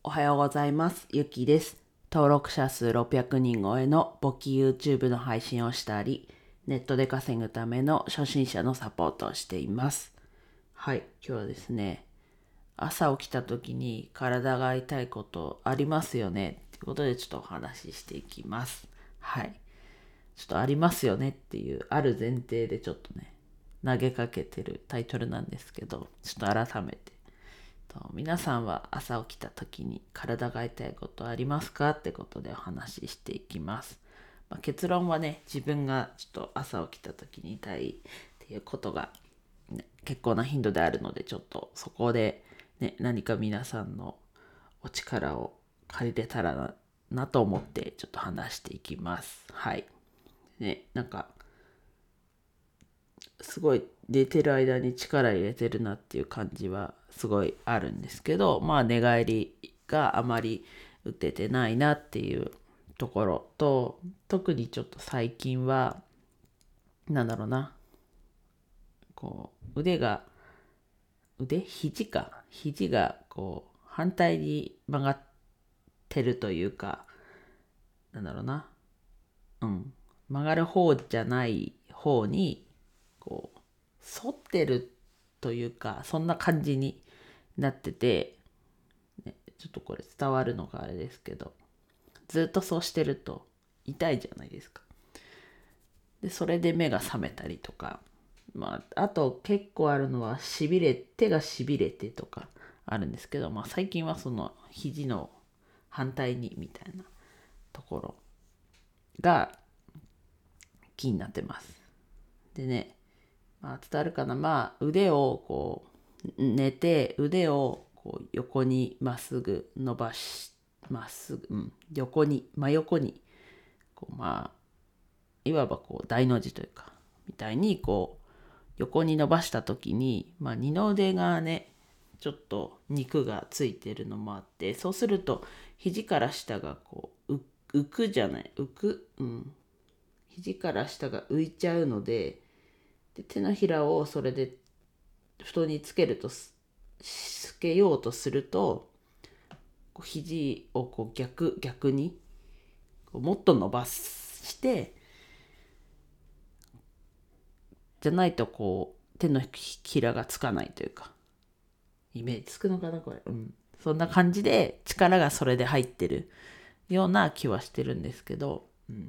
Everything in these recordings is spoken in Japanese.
おはようございます。ゆきです。登録者数600人超えの簿記 YouTube の配信をしたり、ネットで稼ぐための初心者のサポートをしています。はい、今日はですね、朝起きた時に体が痛いことありますよねっていうことでちょっとお話ししていきます。はい。ちょっとありますよねっていうある前提でちょっとね、投げかけてるタイトルなんですけど、ちょっと改めて皆さんは朝起きた時に体が痛いことありますかってことでお話ししていきます。結論はね、自分がちょっと朝起きた時に痛いっていうことが、ね、結構な頻度であるので、ちょっとそこで、ね、何か皆さんのお力を借りれたらなと思ってちょっと話していきます。はい。ね、なんかすごい寝てる間に力入れてるなっていう感じはすごいあるんですけど、寝返りがあまり打ててないなっていうところと、特にちょっと最近は肘がこう反対に曲がってるというか、曲がる方じゃない方にこう反ってるというか、そんな感じになってて、ちょっとこれ伝わるのがあれですけど、ずっとそうしてると痛いじゃないですか。でそれで目が覚めたりとか、あと結構あるのは手がしびれてとかあるんですけど、最近はその肘の反対にみたいなところが気になってます。でね、伝わるかな。腕をこう寝て、腕をこう横にまっすぐ伸ばし、まっすぐ、真横にこういわばこう大の字というかみたいにこう横に伸ばした時に、二の腕がねちょっと肉がついてるのもあって、そうすると肘から下がこう肘から下が浮いちゃうので、手のひらをそれで布団につけようとすると、肘をこう逆にこうもっと伸ばしてじゃないとこう手のひらがつかないというか、イメージつくのかなこれ、そんな感じで力がそれで入ってるような気はしてるんですけど、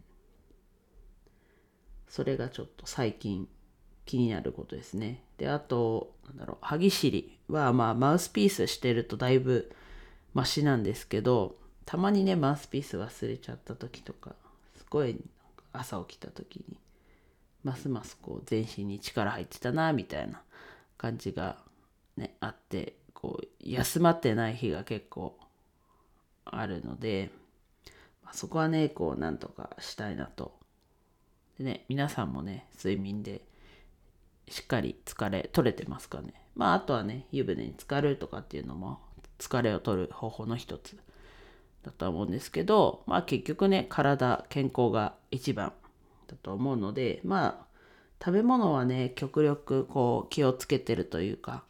それがちょっと最近気になることですね。で、あと歯ぎしりはマウスピースしてるとだいぶマシなんですけど、たまにねマウスピース忘れちゃった時とか、すごい朝起きた時にますますこう全身に力入ってたなみたいな感じがねあって、こう休まってない日が結構あるので、そこはねこうなんとかしたいなと。でね、皆さんもね睡眠でしっかり疲れ取れてますかね。あとはね湯船に浸かるとかっていうのも疲れを取る方法の一つだと思うんですけど、結局ね健康が一番だと思うので、食べ物はね極力こう気をつけてるというか、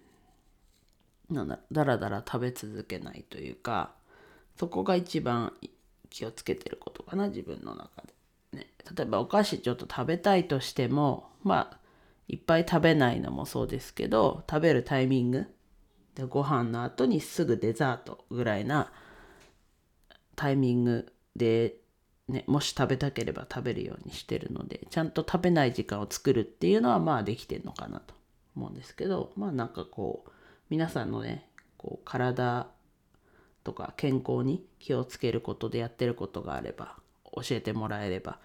だらだら食べ続けないというか、そこが一番気をつけてることかな、自分の中で、ね。例えばお菓子ちょっと食べたいとしても、いっぱい食べないのもそうですけど、食べるタイミングでご飯の後にすぐデザートぐらいなタイミングで、もし食べたければ食べるようにしてるので、ちゃんと食べない時間を作るっていうのはできてるのかなと思うんですけど、皆さんのねこう体とか健康に気をつけることでやってることがあれば教えてもらえれば、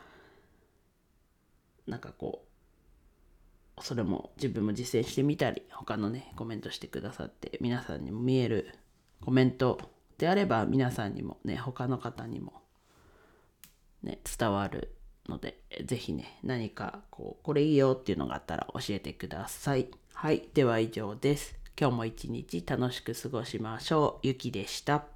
それも自分も実践してみたり、他のねコメントしてくださって皆さんにも見えるコメントであれば、皆さんにもね他の方にもね伝わるので、ぜひね何かこれいいよっていうのがあったら教えてください。はい、では以上です。今日も一日楽しく過ごしましょう。ゆきでした。